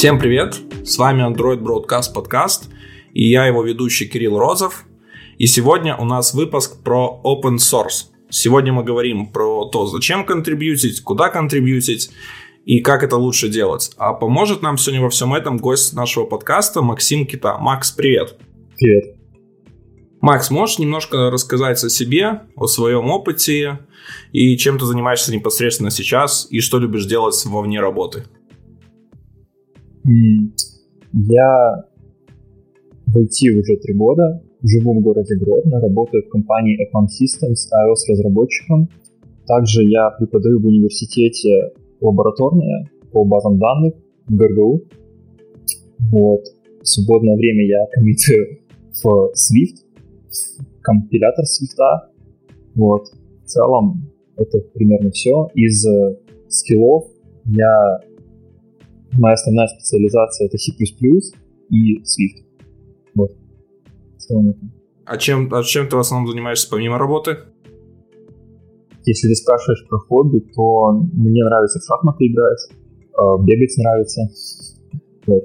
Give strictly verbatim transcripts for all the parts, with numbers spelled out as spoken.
Всем привет, с вами Android Broadcast подкаст, и я его ведущий Кирилл Розов. И сегодня у нас выпуск про open source. Сегодня мы говорим про то, зачем контрибьютить, куда контрибьютить и как это лучше делать. А поможет нам сегодня во всем этом гость нашего подкаста Максим Кита. Макс, привет. Привет. Макс, можешь немножко рассказать о себе, о своем опыте и чем ты занимаешься непосредственно сейчас и что любишь делать вовне работы? Я в ай ти уже три года, живу в городе Гродно, работаю в компании Ecom Systems iOS-разработчиком. Также я преподаю в университете лабораторное по базам данных в гэ эр гэ у. Вот. В свободное время я коммитирую в Swift, компилятор Swift. Вот. В целом это примерно все. Из скиллов я... Моя основная специализация — это си плюс плюс и Swift. Вот. А чем, а чем ты в основном занимаешься помимо работы? Если ты спрашиваешь про хобби, то мне нравится в шахматы играть, бегать нравится. Вот.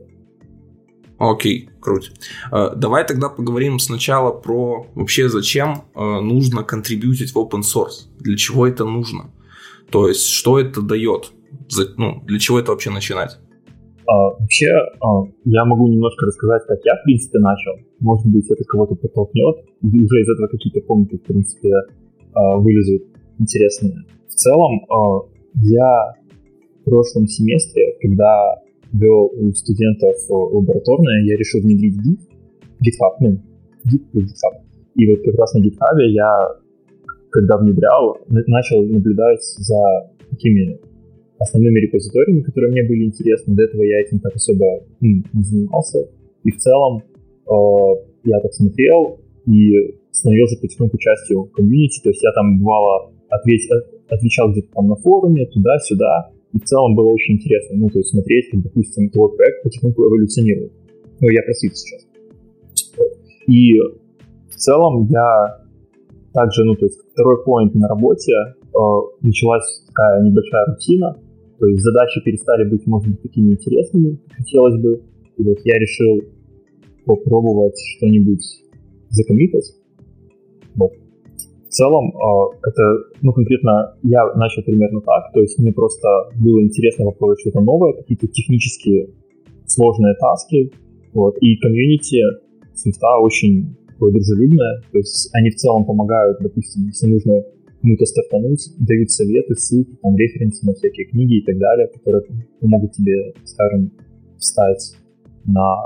Окей, круто. Давай тогда поговорим сначала про вообще зачем нужно контрибьютить в open source. Для чего это нужно? То есть, что это дает? Ну, для чего это вообще начинать? Uh, вообще, uh, я могу немножко рассказать, как я, в принципе, начал. Может быть, это кого-то подтолкнет. И уже из этого какие-то пункты, в принципе, uh, вылезут интересные. В целом, uh, я в прошлом семестре, когда вел у студентов лабораторное, я решил внедрить Git, GitHub, ну, Git плюс GitHub. И вот как раз на GitHub я, когда внедрял, начал наблюдать за такими основными репозиториями, которые мне были интересны. До этого я этим так особо ну, не занимался. И в целом э, я так смотрел и становился потихоньку частью комьюнити. То есть я там бывало ответь, отвечал где-то там на форуме, туда-сюда. И в целом было очень интересно. Ну, то есть смотреть, как, допустим, твой проект потихоньку эволюционирует. Ну, я про Swift сейчас. И в целом я также, ну, то есть второй поинт на работе, э, началась такая небольшая рутина. То есть задачи перестали быть, может быть, такими интересными, как хотелось бы. И вот я решил попробовать что-нибудь закоммитать. Вот. В целом, это, ну, конкретно я начал примерно так. То есть мне просто было интересно попробовать что-то новое, какие-то технические сложные таски. Вот. И комьюнити Swift очень дружелюбное. То есть они в целом помогают, допустим, если нужно кому-то стартануть, дают советы, ссылки, там, референсы на всякие книги и так далее, которые помогут тебе, скажем, встать на,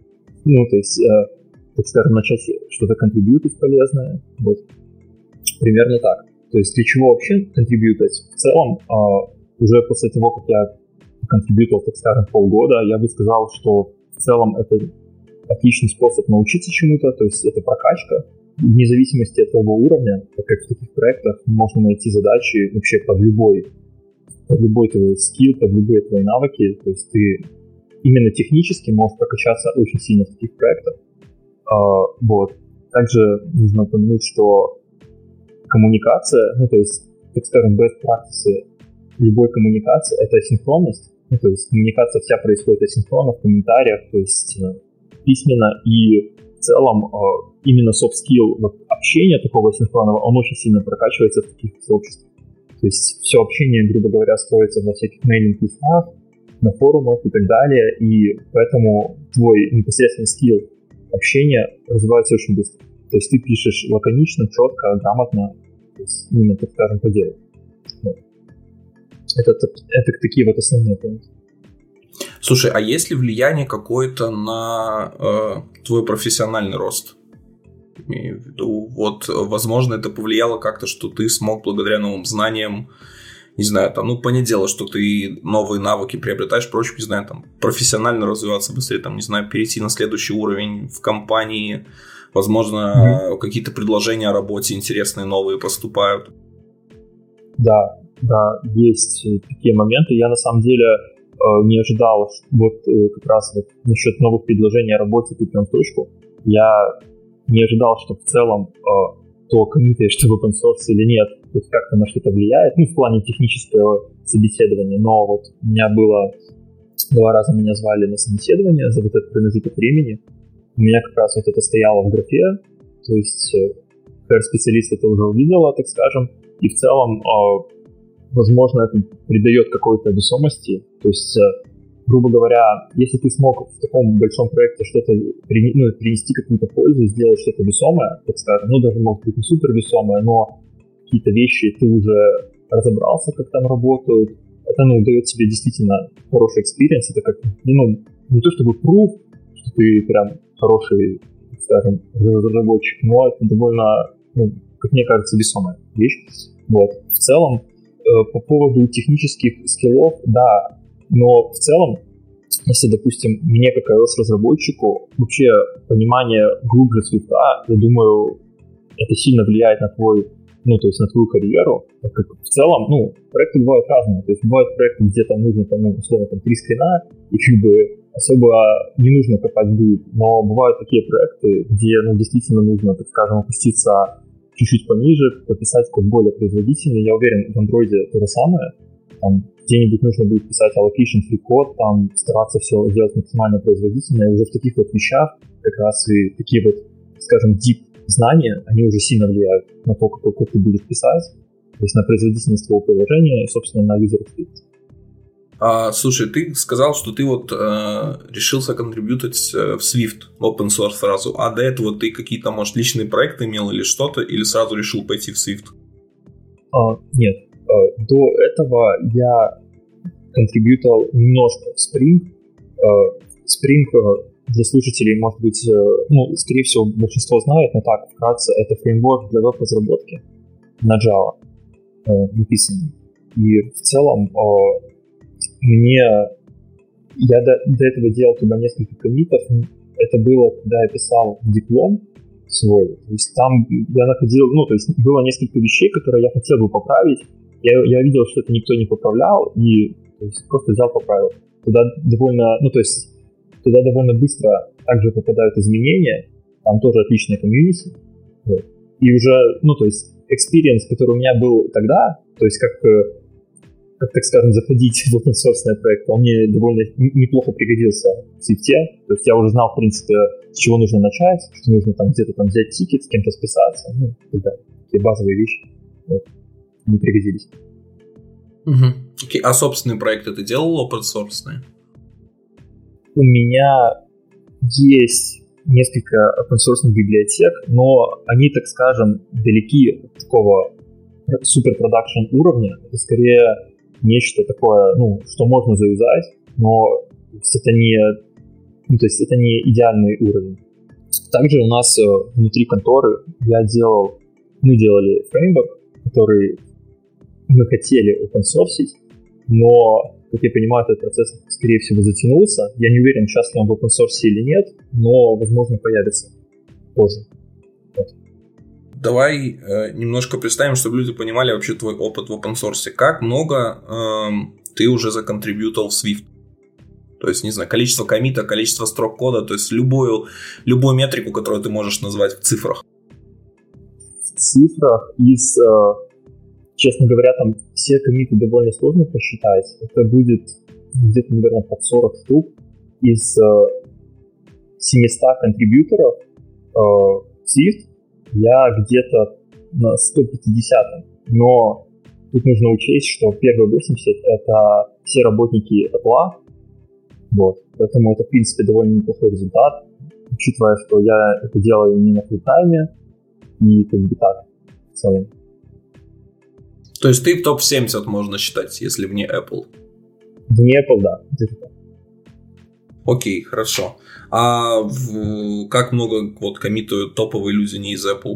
ну, то есть, э, так скажем, начать что-то контрибьютить полезное, вот, примерно так. То есть для чего вообще контрибьютить? В целом, э, уже после того, как я контрибьютил, так скажем, полгода, я бы сказал, что в целом это отличный способ научиться чему-то, то есть это прокачка, вне зависимости от твоего уровня, так как в таких проектах можно найти задачи вообще под любой, под любой твой скилл, под любые твои навыки, то есть ты именно технически можешь прокачаться очень сильно в таких проектах. А, вот. Также нужно упомянуть, что коммуникация, ну то есть, так скажем, best practices любой коммуникации — это асинхронность, ну то есть коммуникация вся происходит асинхронно в комментариях, то есть письменно, и в целом именно soft skill вот, общения такого синхронного, он очень сильно прокачивается в таких сообществах. То есть все общение, грубо говоря, строится во всяких мейлинг-листах, на форумах и так далее, и поэтому твой непосредственный скилл общения развивается очень быстро. То есть ты пишешь лаконично, четко, грамотно, то есть именно, так скажем, по делу. Вот. Это, это, это такие вот основные поинты. Слушай, а есть ли влияние какое-то на э, твой профессиональный рост? Имею в виду, вот, возможно, это повлияло как-то, что ты смог благодаря новым знаниям, не знаю, там, ну, понятное дело, что ты новые навыки приобретаешь, прочее, не знаю, там, профессионально развиваться быстрее, там, не знаю, перейти на следующий уровень в компании, возможно, mm-hmm. какие-то предложения о работе интересные, новые поступают. Да, да, есть такие моменты. Я, на самом деле, не ожидал, вот как раз вот насчет новых предложений о работе ты прям в точку. Я не ожидал, что в целом то коммитаешь ты в open source или нет, то есть как-то на что-то влияет, ну, в плане технического собеседования. Но вот у меня было два раза меня звали на собеседование за вот этот промежуток времени. У меня как раз вот это стояло в графе, то есть пи ар-специалист это уже увидела, так скажем, и в целом, возможно, это придает какой-то весомости, то есть, грубо говоря, если ты смог в таком большом проекте что-то, ну, принести какую-то пользу, сделать что-то весомое, так скажем, ну, даже может быть не супер весомое, но какие-то вещи ты уже разобрался, как там работают, это, ну, дает тебе действительно хороший экспириенс, это как, ну, не то чтобы пруф, что ты прям хороший, так скажем, разработчик, но это довольно, ну, как мне кажется, весомая вещь. Вот. В целом, э, по поводу технических скиллов, да, но в целом, если, допустим, мне как iOS-разработчику вообще понимание глубже Свифта, я думаю, это сильно влияет на твой, ну, то есть на твою карьеру, так как в целом, ну, проекты бывают разные, то есть бывают проекты, где там нужно, там, ну, условно, там, три скрина, и как бы особо не нужно копать будет, но бывают такие проекты, где, ну, действительно нужно, так скажем, опуститься чуть-чуть пониже, пописать код более производительный. Я уверен, в Android то же самое. Там где-нибудь нужно будет писать allocation free код, там стараться все сделать максимально производительно, и уже в таких вот вещах как раз и такие вот, скажем, deep знания, они уже сильно влияют на то, какой код ты будешь писать, то есть на производительность твоего приложения и, собственно, на user experience. А, слушай, ты сказал, что ты вот э, решился контрибьютить в Swift, в open source сразу, а до этого ты какие-то, может, личные проекты имел или что-то, или сразу решил пойти в Swift? А, нет, а, до этого я контрибьютал немножко в Spring. А, Spring для слушателей, может быть, ну, скорее всего, большинство знает, но так, вкратце, это фреймворк для веб-разработки на Java э, написанный. И в целом э, мне... Я до, до этого делал туда несколько коммитов. Это было, когда я писал диплом свой. То есть там я находил... Ну, то есть было несколько вещей, которые я хотел бы поправить. Я, я видел, что это никто не поправлял, и то есть, просто взял, поправил. Туда довольно... Ну, то есть туда довольно быстро также попадают изменения, там тоже отличная комьюнити. Вот. И уже, ну, то есть, experience, который у меня был тогда, то есть, как, как так скажем, заходить в open-source проект, он мне довольно неплохо пригодился в Swift. То есть, я уже знал, в принципе, с чего нужно начать, что нужно там где-то там взять тикет, с кем-то списаться, ну, тогда такие базовые вещи, вот, не пригодились. Угу. Okay. А собственный проект ты делал open-source? У меня есть несколько open-source библиотек, но они, так скажем, далеки от такого супер-продакшн уровня. Это скорее нечто такое, ну, что можно заюзать, но это не, ну, то есть это не идеальный уровень. Также у нас внутри конторы я делал, мы делали фреймворк, который мы хотели open-source'ить, но, как я понимаю, этот процесс, скорее всего, затянулся. Я не уверен, сейчас ли он в open source или нет, но, возможно, появится позже. Вот. Давай э, немножко представим, чтобы люди понимали вообще твой опыт в open source. Как много э, ты уже законтрибьютал в Swift? То есть, не знаю, количество коммита, количество строк кода, то есть любую, любую метрику, которую ты можешь назвать в цифрах. В цифрах из... Э... Честно говоря, там все коммиты довольно сложно посчитать. Это будет где-то, наверное, под сорок штук из э, семьсот контрибьюторов э, Swift. Я где-то на сто пятьдесят. Но тут нужно учесть, что первые восемьдесят — это все работники Apple. Вот. Поэтому это, в принципе, довольно неплохой результат, учитывая, что я это делаю не на фулл-тайме и как бы так в целом. То есть ты в топ семьдесят можно считать, если вне Apple? Вне Apple, да. Окей, хорошо. А в... как много вот коммитают топовые люди не из Apple?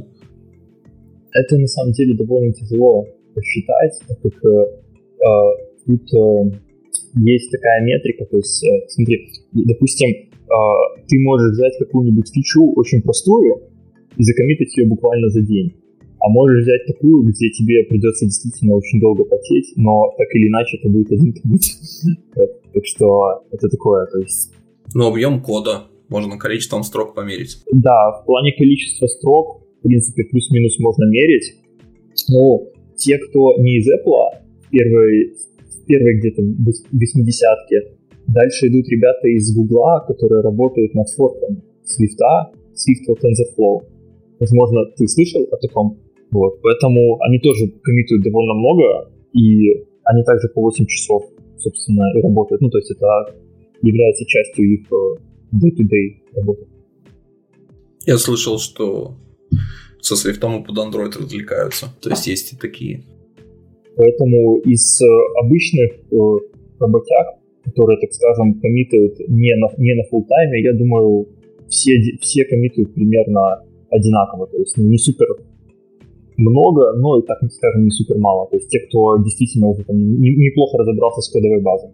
Это на самом деле довольно тяжело посчитать, так как э, тут э, есть такая метрика, то есть, э, смотри, допустим, э, ты можешь взять какую-нибудь фичу очень простую и закоммитить ее буквально за день. А можешь взять такую, где тебе придется действительно очень долго потеть, но так или иначе это будет один коммит. Так что это такое, то есть... Ну, объем кода можно количеством строк померить. Да, в плане количества строк, в принципе, плюс-минус можно мерить. Но те, кто не из Apple, в первой, в первой где-то восьмидесятке, Дальше идут ребята из Гугла, которые работают над форком Swift, Swift TensorFlow. Возможно, ты слышал о таком? Вот. Поэтому они тоже коммитуют довольно много, и они также по восемь часов, собственно, и работают. Ну, то есть это является частью их day-to-day работы. Я слышал, что со Swift и под Android развлекаются. То есть есть и такие. Поэтому из обычных работяг, которые, так скажем, коммитают не на, не на фулл-тайме, я думаю, все, все коммитают примерно одинаково. То есть не супер много, но и, так скажем, не супер мало. То есть те, кто действительно уже там неплохо разобрался с кодовой базой.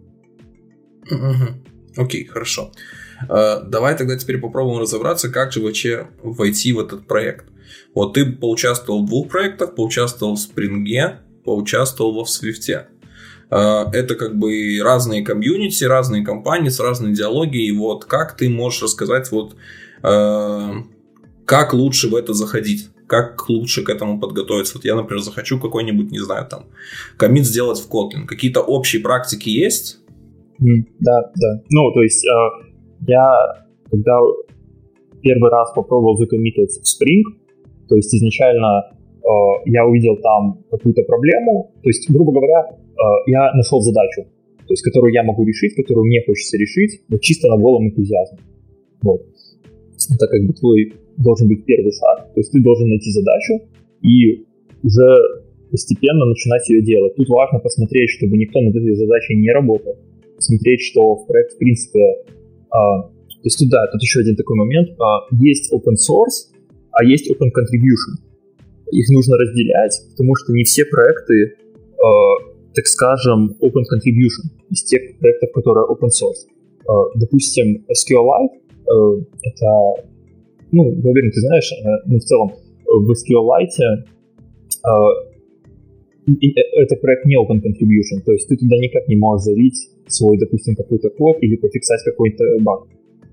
Угу. Окей, хорошо. Uh, давай тогда теперь попробуем разобраться, как же вообще войти в этот проект. Вот ты поучаствовал в двух проектах, поучаствовал в Spring, поучаствовал во Swift. Uh, это как бы разные комьюнити, разные компании с разной идеологией. Вот как ты можешь рассказать, вот, uh, как лучше в это заходить? Как лучше к этому подготовиться? Вот я, например, захочу какой-нибудь, не знаю, там, коммит сделать в Kotlin. Какие-то общие практики есть? Mm, да, да. Ну, то есть... Uh... Я, когда первый раз попробовал закоммитить в Spring, то есть изначально э, я увидел там какую-то проблему, то есть, грубо говоря, э, я нашел задачу, то есть, которую я могу решить, которую мне хочется решить, вот чисто на голом энтузиазме. Вот. Это как бы твой должен быть первый шаг, то есть ты должен найти задачу и уже постепенно начинать ее делать. Тут важно посмотреть, чтобы никто над этой задачей не работал, посмотреть, что в проект, в принципе, Uh, то есть тут, да, тут еще один такой момент. Uh, есть open source, а есть open contribution. Их нужно разделять, потому что не все проекты, uh, так скажем, open contribution из тех проектов, которые open source. Uh, допустим, SQLite, uh, это, ну, я уверен, ты знаешь, uh, ну, в целом, в SQLite uh, это проект не open contribution, то есть ты туда никак не можешь залить свой, допустим, какой-то код или пофиксать какой-то баг.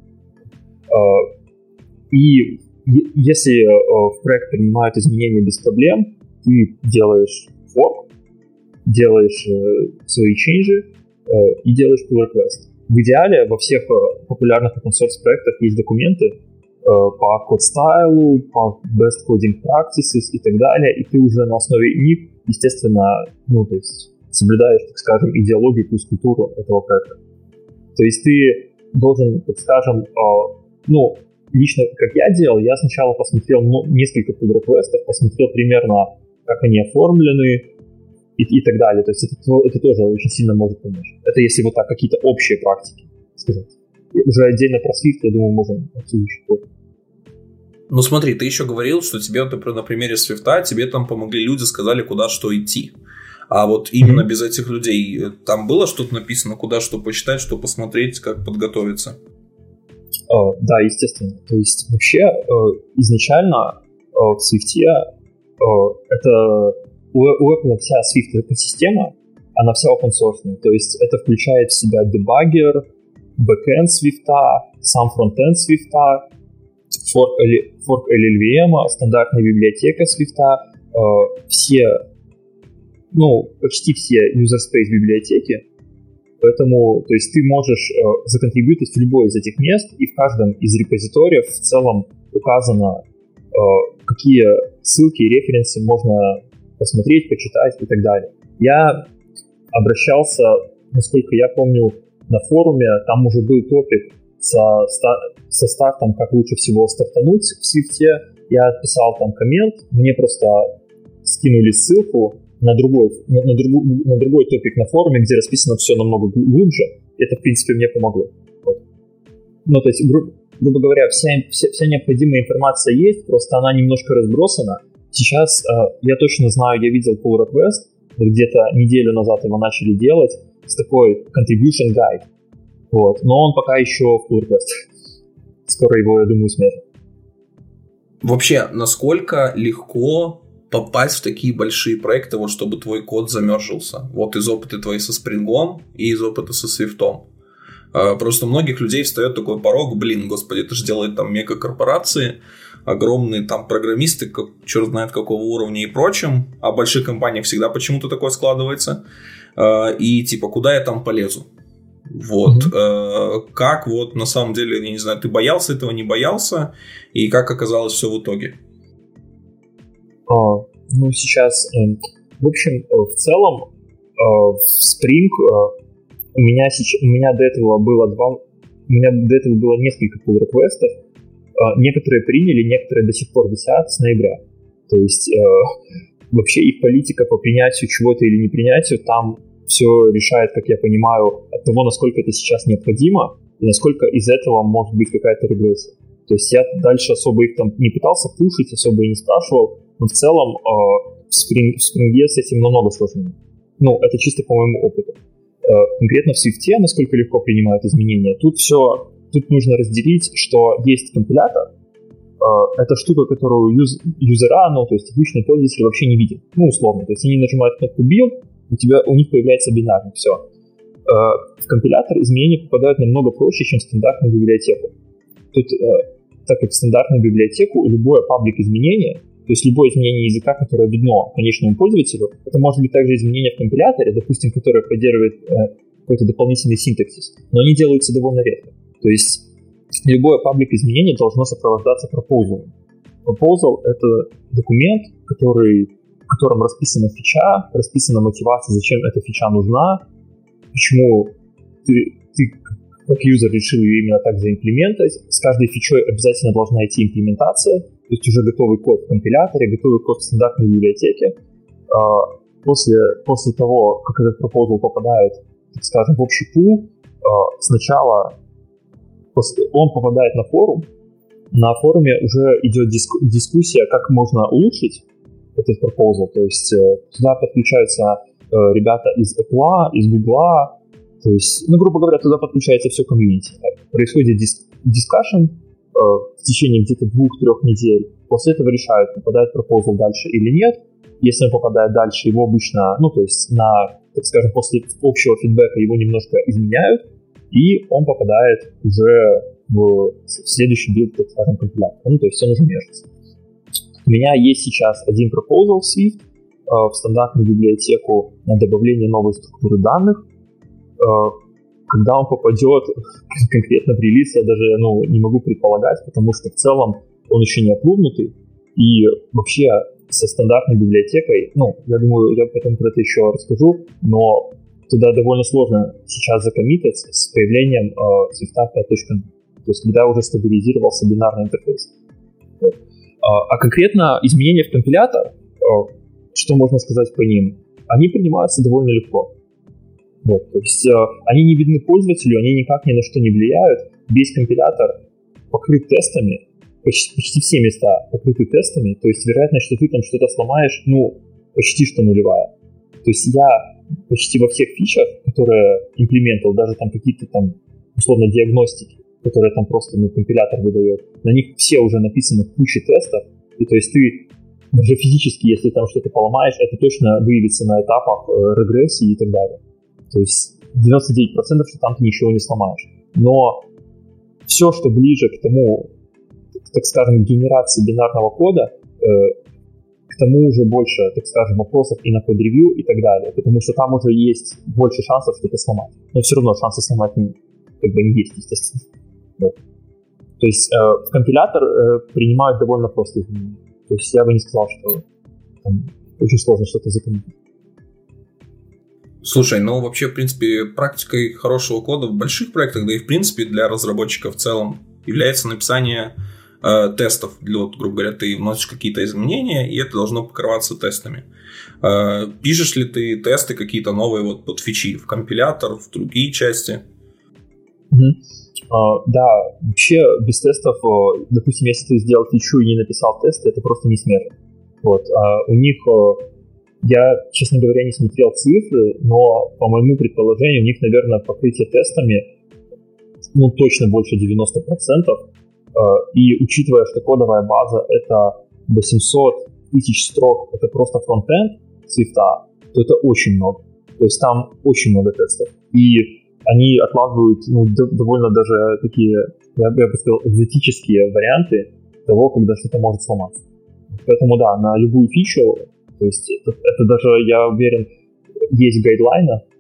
И если в проект принимают изменения без проблем, ты делаешь fork, делаешь свои changes и делаешь pull request. В идеале во всех популярных open source проектах есть документы по код-стайлу, по best coding practices и так далее, и ты уже на основе них, естественно, ну, то есть соблюдаешь, так скажем, идеологию плюс культуру этого проекта. То есть ты должен, так скажем, э, ну, лично, как я делал, я сначала посмотрел ну, несколько pull-реквестов, посмотрел примерно, как они оформлены и, и так далее. То есть это, это тоже очень сильно может помочь. Это если вот так какие-то общие практики сказать. И уже отдельно про Swift, я думаю, можем обсудить что-то. Ну смотри, ты еще говорил, что тебе, на примере Swift, тебе там помогли люди, сказали, куда что идти. А вот именно mm-hmm. без этих людей там было что-то написано, куда что почитать, что посмотреть, как подготовиться? Uh, да, естественно. То есть вообще uh, изначально uh, в Swift uh, это у, у Apple вся Swift экосистема, она вся open source. То есть это включает в себя дебаггер, бэкэнд Swift, сам фронтенд Swift, fork, fork эл эл ви эм, стандартная библиотека Swift, uh, все ну, почти все user space библиотеки, поэтому, то есть ты можешь э, законтрибьютить в любой из этих мест, и в каждом из репозиториев в целом указано, э, какие ссылки и референсы можно посмотреть, почитать и так далее. Я обращался, насколько я помню, на форуме, там уже был топик со, со стартом, как лучше всего стартануть в Swift. Я писал там коммент, мне просто скинули ссылку на другой, на, на, другу, на другой топик на форуме, где расписано все намного глубже. Это, в принципе, мне помогло. Вот. Ну, то есть, гру, грубо говоря, вся, вся, вся необходимая информация есть, просто она немножко разбросана. Сейчас э, я точно знаю, я видел pull request, где-то неделю назад его начали делать, с такой contribution guide. Вот. Но он пока еще в pull request. Скоро его, я думаю, сметят. Вообще, насколько легко попасть в такие большие проекты, вот чтобы твой код замержился? Вот из опыта твоей со Spring и из опыта со Swift. Просто у многих людей встает такой порог, блин, господи, это же делают там мегакорпорации, огромные там программисты, как, черт знает какого уровня и прочим, а в больших компаниях всегда почему-то такое складывается. И типа, куда я там полезу? Вот. Mm-hmm. Как вот на самом деле, я не знаю, ты боялся этого, не боялся, и как оказалось все в итоге? Uh, ну, сейчас, uh, в общем, uh, в целом, uh, в Spring uh, у меня сейчас, у меня до этого было два, у меня до этого было несколько pull-реквестов, uh, некоторые приняли, некоторые до сих пор висят с ноября. То есть uh, вообще их политика по принятию чего-то или не принятию, там все решает, как я понимаю, от того, насколько это сейчас необходимо и насколько из этого может быть какая-то регрессия. То есть я дальше особо их там не пытался пушить, особо и не спрашивал, но в целом э, в Spring, в Spring с этим намного сложнее. Ну, это чисто по моему опыту. Э, конкретно в Swift, насколько легко принимают изменения, тут все, тут нужно разделить, что есть компилятор, э, это штука, которую юз, юзера, ну, то есть обычные пользователи вообще не видят, ну, условно. То есть они нажимают кнопку build, у тебя, у них появляется бинарник, все. В компилятор изменения попадают намного проще, чем в стандартную библиотеку. Тут, так как в стандартную библиотеку любое паблик изменение, то есть любое изменение языка, которое видно конечному пользователю, это может быть также изменение в компиляторе, допустим, которое поддерживает какой-то дополнительный синтаксис, но они делаются довольно редко. То есть любое паблик изменение должно сопровождаться proposal. Proposal — это документ, который в котором расписана фича, расписана мотивация, зачем эта фича нужна, почему ты, ты как юзер решил ее именно так заимплементать. С каждой фичой обязательно должна идти имплементация, то есть уже готовый код в компиляторе, готовый код в стандартной библиотеке. После, после того, как этот proposal попадает, так скажем, в общий пул, сначала он попадает на форум, на форуме уже идет диску, дискуссия, как можно улучшить этот proposal, то есть э, туда подключаются э, ребята из Apple, из Google, то есть, ну, грубо говоря, туда подключается все комьюнити. Происходит дис- дискашн э, в течение где-то двух-трех недель, после этого решают, попадает proposal дальше или нет. Если он попадает дальше, его обычно, ну, то есть на, так скажем, после общего фидбэка его немножко изменяют, и он попадает уже в следующий билд, так скажем, компилятора, ну, то есть он уже межется. У меня есть сейчас один proposal в Swift э, в стандартную библиотеку на добавление новой структуры данных. Э, когда он попадет конкретно в релиз, я даже ну, не могу предполагать, потому что в целом он еще не опрувнутый. И вообще со стандартной библиотекой, ну, я думаю, я потом про это еще расскажу, но туда довольно сложно сейчас закоммитить с появлением э, Swift пять точка ноль. То есть когда уже стабилизировался бинарный интерфейс. Вот. А конкретно изменения в компилятор, что можно сказать по ним, они принимаются довольно легко. Вот, то есть они не видны пользователю, они никак ни на что не влияют. Весь компилятор покрыт тестами, почти, почти все места покрыты тестами, то есть вероятность, что ты там что-то сломаешь, ну, почти что нулевая. То есть я почти во всех фичах, которые имплементил, даже там какие-то там, условно, диагностики, которые там просто ну, компилятор выдает, на них все уже написаны куча тестов, и то есть ты даже физически, если там что-то поломаешь, это точно выявится на этапах э, регрессии и так далее. То есть девяносто девять процентов, что там ты ничего не сломаешь. Но все, что ближе к тому, так скажем, генерации бинарного кода, э, к тому уже больше, так скажем, вопросов и на код-ревью и так далее, потому что там уже есть больше шансов что-то сломать. Но все равно шансы сломать ну, как бы не есть, естественно. Вот. То есть э, в компилятор э, принимают довольно просто изменения. То есть я бы не сказал, что там очень сложно что-то закоммитить. Слушай, ну вообще, в принципе, практикой хорошего кода в больших проектах, да и в принципе для разработчиков в целом является написание э, тестов. Для, вот, грубо говоря, ты вносишь какие-то изменения, и это должно покрываться тестами. Э, пишешь ли ты тесты какие-то новые вот под фичи в компилятор, в другие части? Mm-hmm. Uh, да, вообще без тестов, uh, допустим, если ты сделал фичу и не написал тесты, это просто не смертно. Вот. Uh, у них, uh, я, честно говоря, не смотрел цифры, но по моему предположению, у них, наверное, покрытие тестами, ну, точно больше девяносто процентов. Uh, и учитывая, что кодовая база это восемьсот тысяч строк, это просто фронтенд Swift, то это очень много. То есть там очень много тестов. И они отлавливают ну, довольно даже такие, я бы сказал, экзотические варианты того, когда что-то может сломаться. Поэтому да, на любую фичу, то есть это, это даже, я уверен, есть гайдлайны,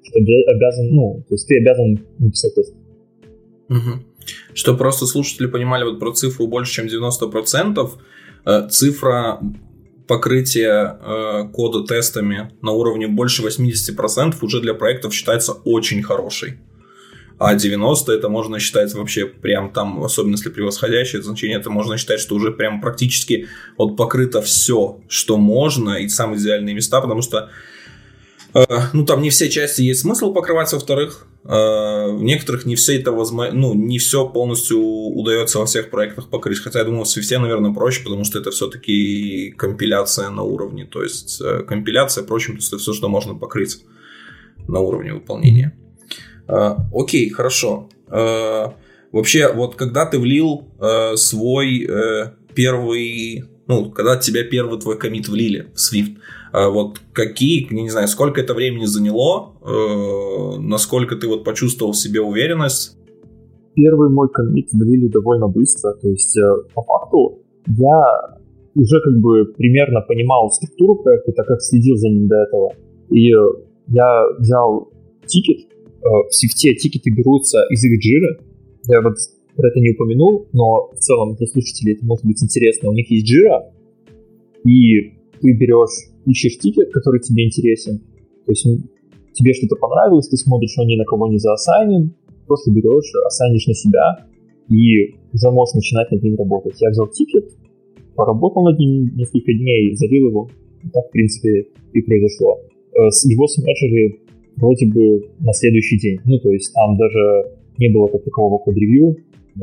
что ты обязан, ну, то есть ты обязан написать тест. Угу. Чтобы просто слушатели понимали вот про цифру больше, чем девяносто процентов, э, цифра покрытия э, кода тестами на уровне больше восемьдесят процентов уже для проектов считается очень хорошей. А девяносто это можно считать вообще прям там, особенно если превосходящее значение, это можно считать, что уже прям практически вот покрыто все, что можно, и самые идеальные места, потому что э, ну там не все части есть смысл покрывать, во-вторых, э, в некоторых не все это возможно, ну не все полностью удается во всех проектах покрыть, хотя я думаю, в Swift, наверное, проще, потому что это все-таки компиляция на уровне, то есть э, компиляция, впрочем, то есть это все, что можно покрыть на уровне выполнения. Uh, окей, хорошо. Uh, вообще, вот когда ты влил uh, свой uh, первый, ну, когда тебя первый твой коммит влили в Swift, uh, вот какие, я не знаю, сколько это времени заняло, uh, насколько ты вот почувствовал в себе уверенность? Первый мой коммит влили довольно быстро, то есть uh, по факту я уже как бы примерно понимал структуру проекта, так как следил за ним до этого, и uh, я взял тикет. В Swift тикеты берутся из их Jira. Я вот про это не упомянул, но в целом для слушателей это может быть интересно. У них есть Jira, и ты берешь, ищешь тикет, который тебе интересен. То есть тебе что-то понравилось, ты смотришь, что он ни на кого не заассайнен, просто берешь, ассайнишь на себя, и уже можешь начинать над ним работать. Я взял тикет, поработал над ним несколько дней, залил его. И так, в принципе, и произошло. Его смерджили вроде бы на следующий день. Ну, то есть там даже не было как такового код-ревью.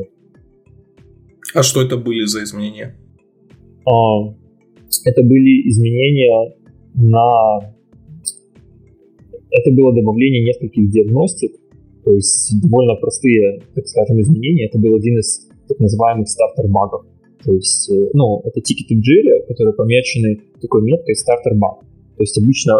А что это были за изменения? А, это были изменения на... Это было добавление нескольких диагностик, то есть довольно простые, так скажем, изменения. Это был один из так называемых стартер-багов. То есть, ну, это тикеты в Jira, которые помечены такой меткой стартер-баг. То есть обычно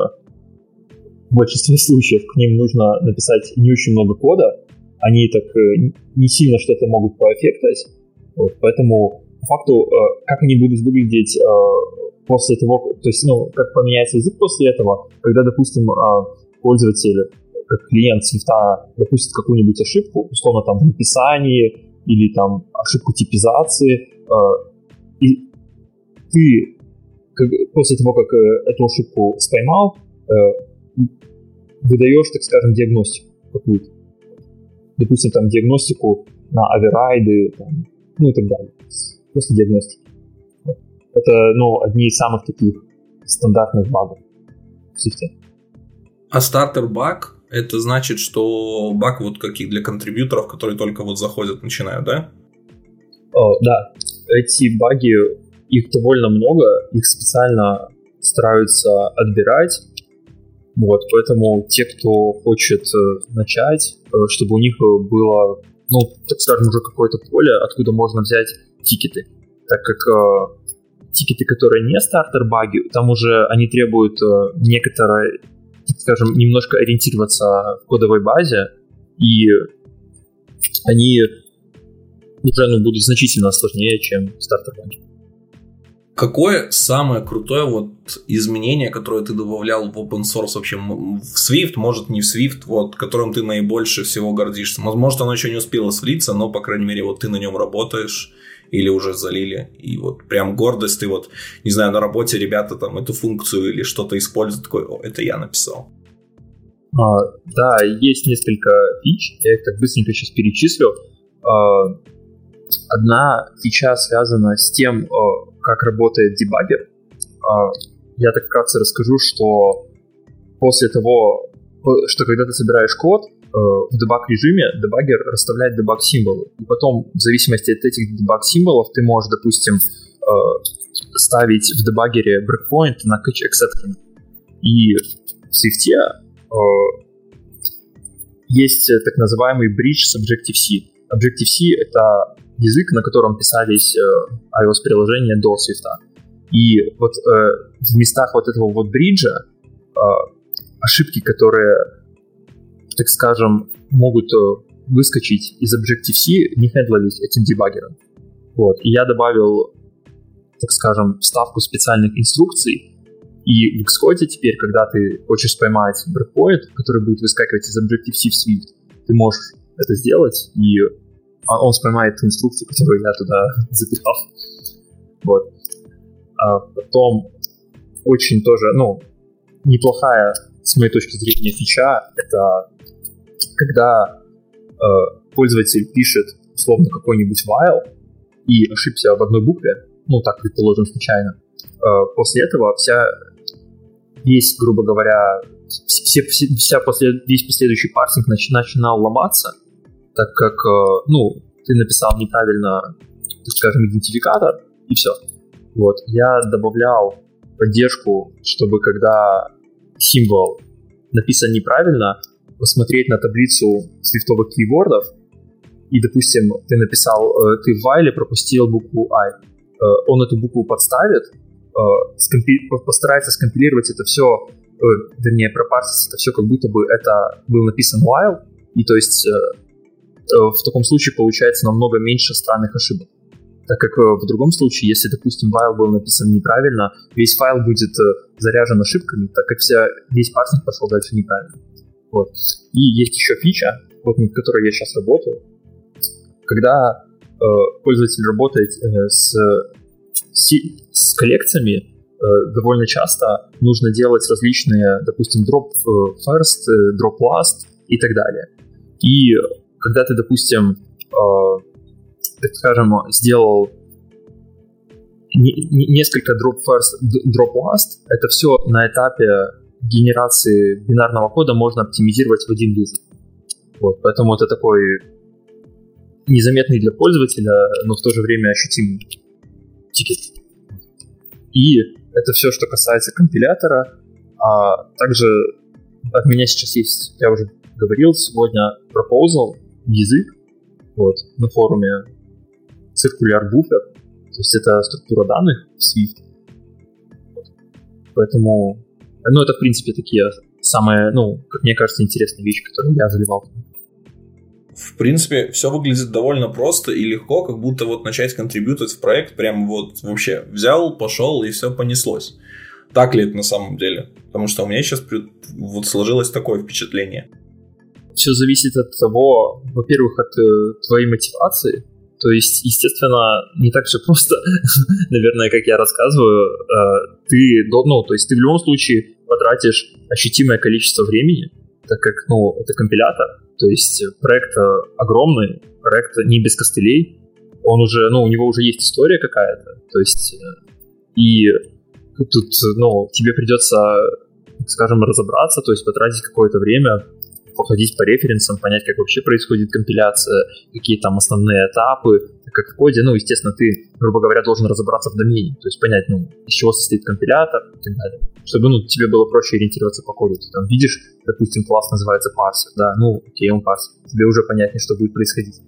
в большинстве случаев к ним нужно написать не очень много кода, они так не сильно что-то могут поэффектать, вот, поэтому по факту, как они будут выглядеть после того, то есть, ну, как поменяется язык после этого, когда, допустим, пользователь, как клиент Swift допустит какую-нибудь ошибку, условно там в написании или там ошибку типизации, и ты после того, как эту ошибку споймал, выдаешь, так скажем, диагностику какую-то. Допустим, там диагностику на оверрайды, там, ну и так далее. Просто диагностики. Это, ну, одни из самых таких стандартных багов в Swift. А стартер-баг — это значит, что баг вот каких для контрибьюторов, которые только вот заходят, начинают, да? О, да. Эти баги, их довольно много, их специально стараются отбирать. Вот, поэтому те, кто хочет э, начать, э, чтобы у них было, ну, так скажем, уже какое-то поле, откуда можно взять тикеты. Так как э, тикеты, которые не стартер-баги, там уже они требуют э, некоторое, так скажем, немножко ориентироваться в кодовой базе, и они уже ну, будут значительно сложнее, чем стартер-баги. Какое самое крутое вот изменение, которое ты добавлял в open source вообще в Swift, может не в Swift, вот, которым ты наибольше всего гордишься? Может, оно еще не успело слиться, но, по крайней мере, вот ты на нем работаешь или уже залили, и вот прям гордость, ты вот, не знаю, на работе ребята там эту функцию или что-то используют, такое, о, это я написал. А, да, есть несколько фич, я их так быстренько сейчас перечислю. А, одна фича связана с тем, как работает дебаггер. Я так вкратце расскажу, что после того, что когда ты собираешь код, в дебаг-режиме дебаггер расставляет дебаг-символы. И потом, в зависимости от этих дебаг-символов, ты можешь, допустим, ставить в дебаггере breakpoint на catch exception. И в Swift есть так называемый bridge с Objective-C. Objective-C — это язык, на котором писались э, iOS-приложения до Swift. И вот э, в местах вот этого вот бриджа э, ошибки, которые, так скажем, могут э, выскочить из Objective-C, не хендлились этим дебаггером. Вот. И я добавил, так скажем, вставку специальных инструкций, И в Xcode теперь, когда ты хочешь поймать breakpoint, который будет выскакивать из Objective-C в Swift, ты можешь это сделать, и он споймает ту инструкцию, которую я туда запихал. Вот. А потом очень тоже, ну, неплохая, с моей точки зрения, фича, это когда э, пользователь пишет, условно, какой-нибудь while и ошибся в одной букве, ну, так, предположим, случайно. Э, после этого вся, весь, грубо говоря, все, все, вся послед, весь последующий парсинг нач, начинал ломаться, так как, э, ну, ты написал неправильно, так скажем, идентификатор, и все. Вот, я добавлял поддержку, чтобы когда символ написан неправильно, посмотреть на таблицу свифтовых кейвордов, и, допустим, ты написал, ты в while пропустил букву I, он эту букву подставит, скомпи... постарается скомпилировать это все, вернее, пропарсить это все, как будто бы это был написан while, и то есть в таком случае получается намного меньше странных ошибок. Так как в другом случае, если, допустим, while был написан неправильно, весь файл будет заряжен ошибками, так как вся, весь парсинг пошел дальше неправильно. Вот. И есть еще фича, вот, над которой я сейчас работаю. Когда э, пользователь работает э, с, с, с коллекциями, э, довольно часто нужно делать различные, допустим, drop first, drop last и так далее. И когда ты, допустим, э, так скажем, сделал не, не, несколько drop first, drop last, это все на этапе генерации бинарного кода можно оптимизировать в один вызов. Вот, поэтому это такой незаметный для пользователя, но в то же время ощутимый тикет. И это все, что касается компилятора. А также от меня сейчас есть, я уже говорил сегодня, proposal, язык, вот, на форуме Circular Buffer, то есть это структура данных в Swift. Вот. Поэтому, ну, это, в принципе, такие самые, ну, как мне кажется, интересные вещи, которые я заливал. В принципе, все выглядит довольно просто и легко, как будто вот начать контрибьютить в проект, прям вот вообще взял, пошел и все понеслось. Так ли это на самом деле? Потому что у меня сейчас вот сложилось такое впечатление. Все зависит от того, во-первых, от э, твоей мотивации. То есть, естественно, не так все просто, наверное, как я рассказываю. Э, ты, ну, то есть ты в любом случае потратишь ощутимое количество времени, так как, ну, это компилятор. То есть проект огромный, проект не без костылей. Он уже, ну, у него уже есть история какая-то. То есть, и тут, ну, тебе придется, скажем, разобраться, то есть потратить какое-то время, походить по референсам, понять, как вообще происходит компиляция, какие там основные этапы, как в коде, ну, естественно, ты, грубо говоря, должен разобраться в домене, то есть понять, ну, из чего состоит компилятор и так далее, чтобы, ну, тебе было проще ориентироваться по коду. Ты там видишь, допустим, класс называется парсер, да, ну, окей, он парсер, тебе уже понятнее, что будет происходить.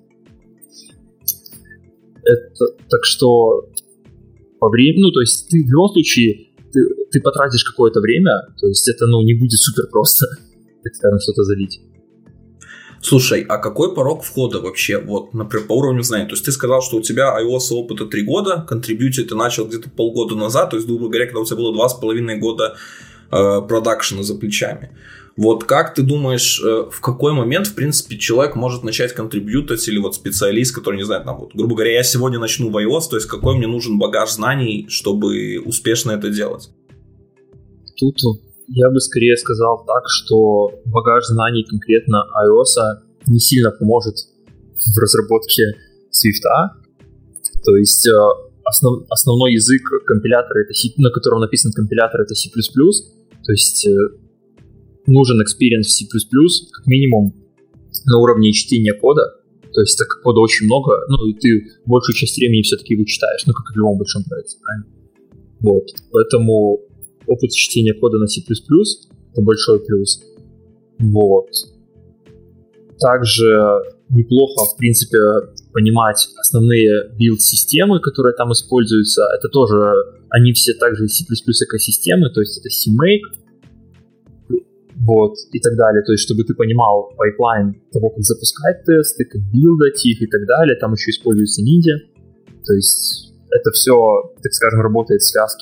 Это, так что по времени, ну, то есть ты в любом случае, ты, ты потратишь какое-то время, то есть это, ну, не будет супер просто, так скажем, что-то залить. Слушай, а какой порог входа вообще, вот, например, по уровню знаний? То есть ты сказал, что у тебя iOS опыта три года, контрибьютить ты начал где-то полгода назад, то есть, грубо говоря, когда у тебя было два с половиной года э, продакшена за плечами. Вот как ты думаешь, э, в какой момент, в принципе, человек может начать контрибьютить, или вот специалист, который, не знает, там, вот, грубо говоря, я сегодня начну в iOS, то есть какой мне нужен багаж знаний, чтобы успешно это делать? Тут я бы скорее сказал так, что багаж знаний конкретно iOS не сильно поможет в разработке Swift. То есть основ, основной язык компилятора, это C, на котором написан компилятор, это C++. То есть нужен experience в C++, как минимум на уровне чтения кода. То есть так как кода очень много, ну и ты большую часть времени все-таки его читаешь, ну как и в любом большом проекте, правильно? Вот, поэтому опыт чтения кода на C++ — это большой плюс. Вот. Также неплохо, в принципе, понимать основные билд-системы, которые там используются. Это тоже, они все также C++ экосистемы, то есть это CMake, вот, и так далее. То есть, чтобы ты понимал пайплайн того, как запускать тесты, как билдать их и так далее. Там еще используется Ninja. То есть, это все, так скажем, работает в связке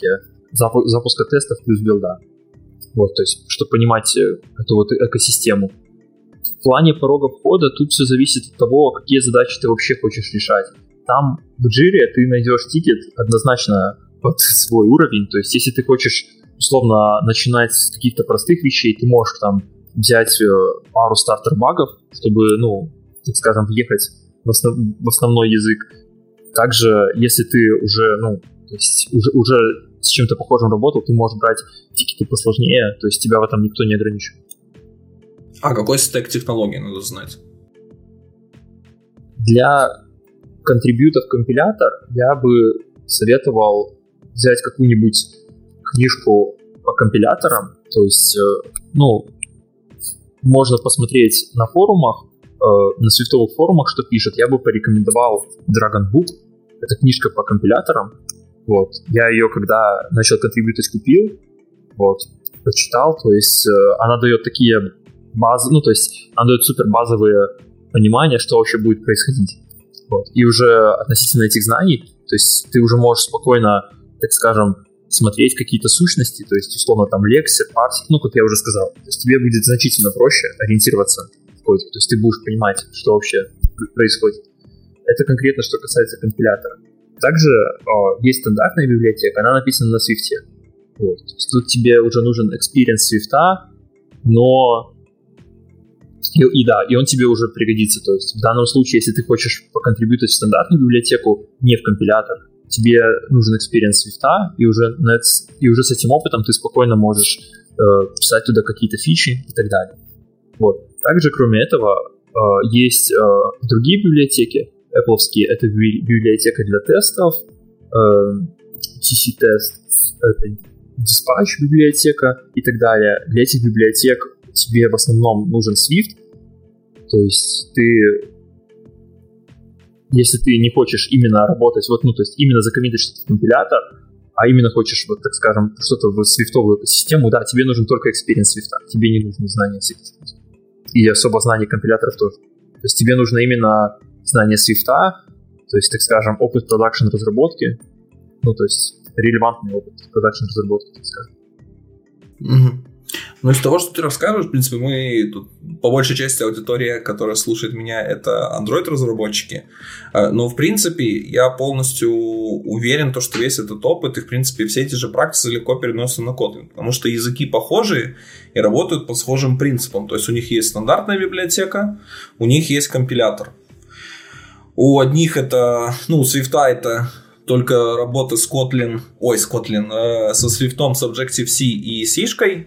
запу- запуска тестов плюс билда. Вот, то есть, чтобы понимать эту вот экосистему. В плане порога входа тут все зависит от того, какие задачи ты вообще хочешь решать. Там в Jira ты найдешь тикет однозначно под свой уровень. То есть, если ты хочешь условно начинать с каких-то простых вещей, ты можешь там взять пару стартер-багов, чтобы, ну, так скажем, въехать в, основ... в основной язык. Также, если ты уже, ну, то есть уже, уже с чем-то похожим работал, ты можешь брать тикеты посложнее, то есть тебя в этом никто не ограничивает. А какой стек технологий надо знать? Для контрибьютов компилятор я бы советовал взять какую-нибудь книжку по компиляторам, то есть, ну, можно посмотреть на форумах, на свифтовых форумах, что пишут. Я бы порекомендовал Dragon Book. Это книжка по компиляторам. Вот. Я ее, когда начал контрибьютить, купил. Вот. Почитал. То есть она дает такие базы, ну, то есть она дает супер базовые понимания, что вообще будет происходить. Вот. И уже относительно этих знаний, то есть ты уже можешь спокойно, так скажем, смотреть какие-то сущности, то есть, условно, там, лексер, парсер, ну, как я уже сказал. То есть тебе будет значительно проще ориентироваться в коде. То есть ты будешь понимать, что вообще происходит. Это конкретно, что касается компилятора. Также э, есть стандартная библиотека, она написана на Swift. Вот. То есть тут тебе уже нужен experience Swift, но... И, и да, и он тебе уже пригодится. То есть в данном случае, если ты хочешь поконтрибьютить в стандартную библиотеку, не в компилятор, тебе нужен experience Swift, и уже, и уже с этим опытом ты спокойно можешь э, писать туда какие-то фичи и так далее. Вот. Также, кроме этого, э, есть э, другие библиотеки, Apple'овские, это библиотека для тестов, э, ти си-тест, это Dispatch библиотека и так далее. Для этих библиотек тебе в основном нужен Swift, то есть ты... Если ты не хочешь именно работать, вот, ну, то есть именно закоммитить что-то в компилятор, а именно хочешь, вот, так скажем, что-то в свифтовую экосистему, да, тебе нужен только experience Swift, тебе не нужно знание C++. И особо знание компиляторов тоже. То есть тебе нужно именно знание Swift, то есть, так скажем, опыт продакшн разработки, ну, то есть релевантный опыт продакшн разработки, так скажем. Угу. Ну, из того, что ты расскажешь, в принципе, мы тут, по большей части аудитория, которая слушает меня, это Android-разработчики. Но, в принципе, я полностью уверен, что весь этот опыт и, в принципе, все эти же практики легко переносятся на Kotlin, потому что языки похожие и работают по схожим принципам. То есть у них есть стандартная библиотека, у них есть компилятор. У одних это, ну, у Swift это только работа с Kotlin, ой, с Kotlin, э, со Swift, с Objective-C и C-шкой.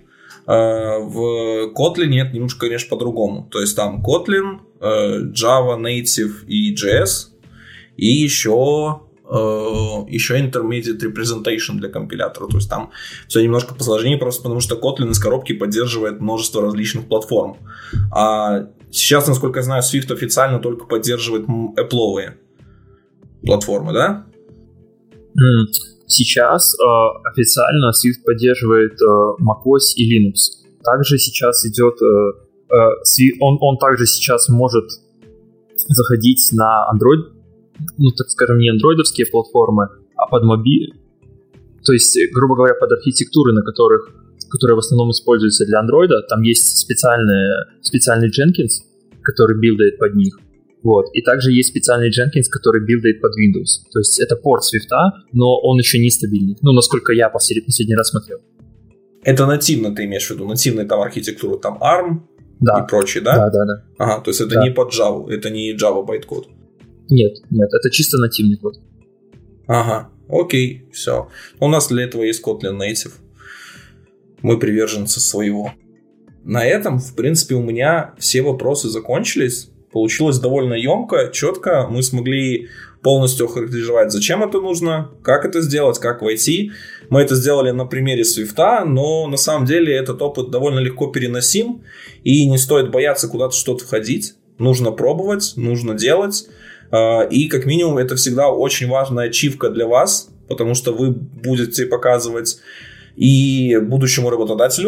В Kotlin нет, немножко, конечно, по-другому. То есть там Kotlin, Java, Native и джей эс, и еще, еще Intermediate Representation для компилятора. То есть там все немножко посложнее, просто потому что Kotlin из коробки поддерживает множество различных платформ. А сейчас, насколько я знаю, Swift официально только поддерживает Apple-овые платформы, да? Mm. Сейчас э, официально Swift поддерживает э, macOS и Linux. Также сейчас идет... Э, э, он, он также сейчас может заходить на Android, ну, так скажем, не андроидовские платформы, а под мобиль. То есть, грубо говоря, под архитектуры, на которых, которые в основном используются для Android. Там есть специальные, специальный Jenkins, который билдает под них. Вот. И также есть специальный Jenkins, который билдает под Windows. То есть это порт Swift, но он еще не стабильный. Ну, насколько я последний, последний раз смотрел. Это нативно ты имеешь в виду? Нативная там архитектура, там арм да. и прочее, да? Да, да, да. Ага, то есть это да. не под Java, это не Java байткод. Нет, нет, это чисто нативный код. Ага, окей, все. У нас для этого есть Kotlin Native. Мы приверженцы своего. На этом, в принципе, у меня все вопросы закончились. Получилось довольно емко, четко. Мы смогли полностью охарактеризовать, зачем это нужно, как это сделать, как войти. Мы это сделали на примере Swift, но на самом деле этот опыт довольно легко переносим. И не стоит бояться куда-то что-то входить. Нужно пробовать, нужно делать. И как минимум это всегда очень важная ачивка для вас, потому что вы будете показывать и будущему работодателю,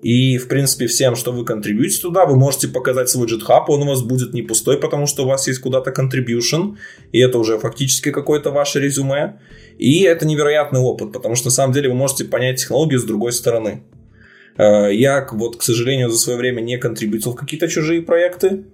И, в принципе, всем, что вы контрибьютите туда, вы можете показать свой GitHub, он у вас будет не пустой, потому что у вас есть куда-то contribution, и это уже фактически какое-то ваше резюме. И это невероятный опыт, потому что, на самом деле, вы можете понять технологию с другой стороны. Я, вот, к сожалению, за свое время не контрибьютил в какие-то чужие проекты.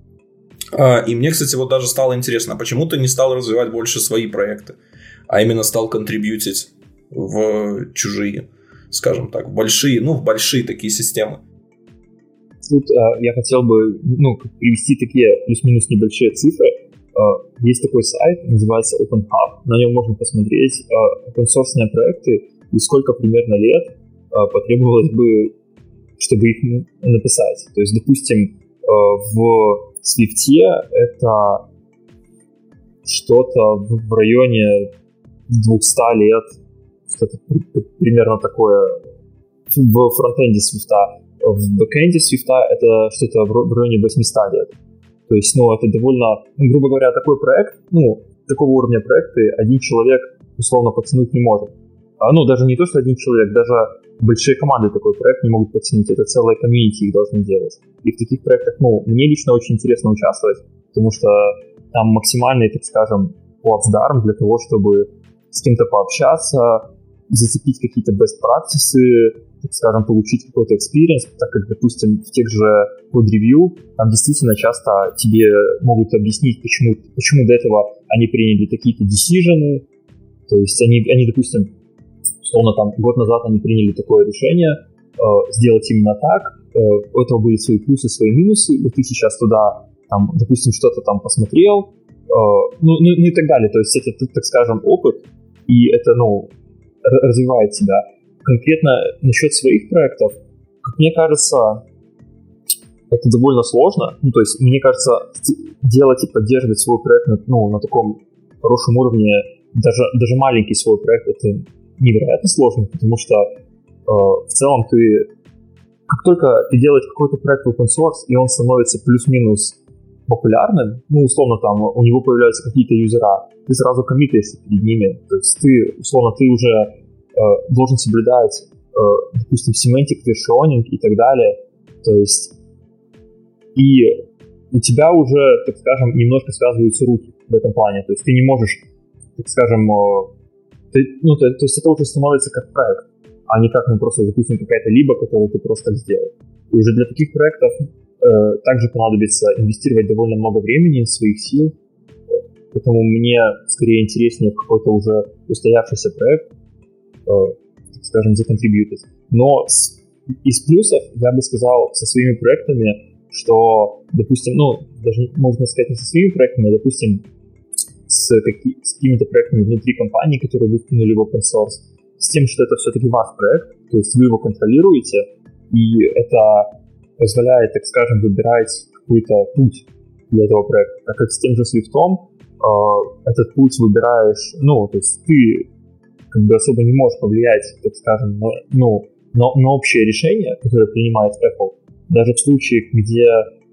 И мне, кстати, вот даже стало интересно, а почему ты не стал развивать больше свои проекты, а именно стал контрибьютить в чужие, скажем так, в большие, ну, в большие такие системы? Тут э, я хотел бы, ну, привести такие плюс-минус небольшие цифры. Э, есть такой сайт, называется OpenHub, на нем можно посмотреть э, open-source проекты и сколько примерно лет э, потребовалось бы, чтобы их написать. То есть, допустим, э, в Swift это что-то в районе двести лет, что-то примерно такое в фронтенде Swift. В бэкенде Swift это что-то в районе восемьсот лет. То есть, ну, это довольно, грубо говоря, такой проект, ну, такого уровня проекты один человек условно потянуть не может. А, ну, даже не то, что один человек, даже большие команды такой проект не могут потянуть. Это целая комьюнити их должны делать. И в таких проектах, ну, мне лично очень интересно участвовать, потому что там максимальный, так скажем, плацдарм для того, чтобы с кем-то пообщаться, зацепить какие-то best practices, так скажем, получить какой-то experience, так как, допустим, в тех же code-review там действительно часто тебе могут объяснить, почему, почему до этого они приняли какие-то decisions, то есть они, они допустим, условно, там, год назад они приняли такое решение э, сделать именно так, э, у этого были свои плюсы, свои минусы, и ты сейчас туда, там, допустим, что-то там посмотрел, э, ну, ну, ну и так далее, то есть это, так скажем, опыт, и это, ну, развивает тебя. Конкретно насчет своих проектов, как мне кажется, это довольно сложно, ну, то есть, мне кажется, делать и поддерживать свой проект на, ну, на таком хорошем уровне, даже, даже маленький свой проект, это невероятно сложно, потому что э, в целом ты, как только ты делаешь какой-то проект open source, и он становится плюс-минус популярным, ну, условно, там, у него появляются какие-то юзера, ты сразу коммитаешься перед ними, то есть ты, условно, ты уже э, должен соблюдать, э, допустим, semantic versioning и так далее, то есть и у тебя уже, так скажем, немножко связываются руки в этом плане, то есть ты не можешь, так скажем, Ты, ну, то, то есть это уже становится как проект, а не как, ну, просто, допустим, какая-то либо, которую ты просто так сделал. И уже для таких проектов э, также понадобится инвестировать довольно много времени, своих сил. Вот. Поэтому мне скорее интереснее какой-то уже устоявшийся проект, э, так скажем, законтрибьютить. Но с, из плюсов я бы сказал со своими проектами, что, допустим, ну, даже можно сказать не со своими проектами, а, допустим, С, какие, с какими-то проектами внутри компании, которые вы вкинули в open source, с тем, что это все-таки ваш проект, то есть вы его контролируете, и это позволяет, так скажем, выбирать какой-то путь для этого проекта. Так как с тем же Swift э, этот путь выбираешь, ну, то есть ты как бы особо не можешь повлиять, так скажем, на, ну, на, на общее решение, которое принимает Apple, даже в случае, где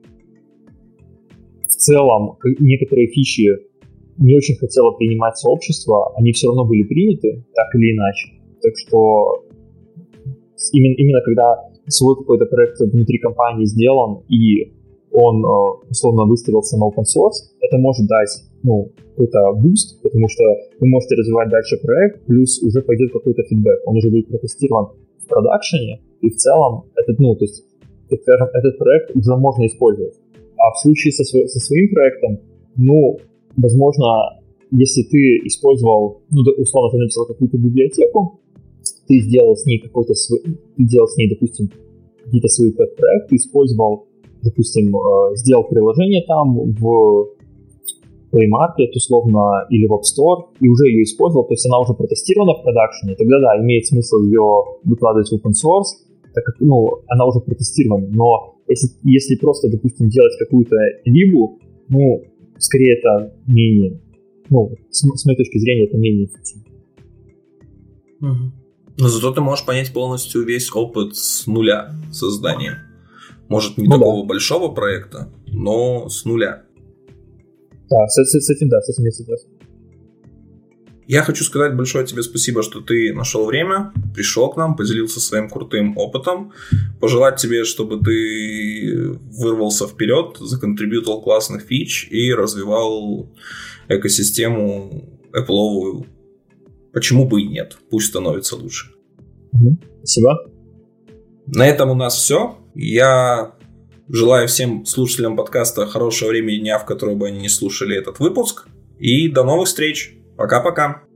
в целом некоторые фичи не очень хотело принимать сообщество, они все равно были приняты, так или иначе. Так что именно, именно когда свой какой-то проект внутри компании сделан, и он, условно, выставился на open source, это может дать, ну, какой-то буст, потому что вы можете развивать дальше проект, плюс уже пойдет какой-то фидбэк, он уже будет протестирован в продакшене, и в целом этот, ну, то есть, так скажем, этот проект уже можно использовать. А в случае со, со своим проектом, ну, возможно, если ты использовал, ну, условно, ты написал какую-то библиотеку, ты сделал с ней какой-то свой, ты сделал с ней, допустим, какие-то свои пэт-проекты, использовал, допустим, сделал приложение там в Play Market, условно, или в App Store, и уже ее использовал, то есть она уже протестирована в продакшене, тогда, да, имеет смысл ее выкладывать в open source, так как, ну, она уже протестирована, но если, если просто, допустим, делать какую-то либу, ну, скорее это менее, ну, с, с моей точки зрения, это менее эффективно. Угу. Но зато ты можешь понять полностью весь опыт с нуля создания. Может, не ну, такого да. большого проекта, но с нуля. Да, с, с, с этим, да, с этим я согласен. Я хочу сказать большое тебе спасибо, что ты нашел время, пришел к нам, поделился своим крутым опытом. Пожелать тебе, чтобы ты вырвался вперед, законтрибьютил классных фич и развивал экосистему Apple-овую. Почему бы и нет? Пусть становится лучше. Спасибо. На этом у нас все. Я желаю всем слушателям подкаста хорошего времени дня, в которое бы они не слушали этот выпуск. И до новых встреч. Пока-пока.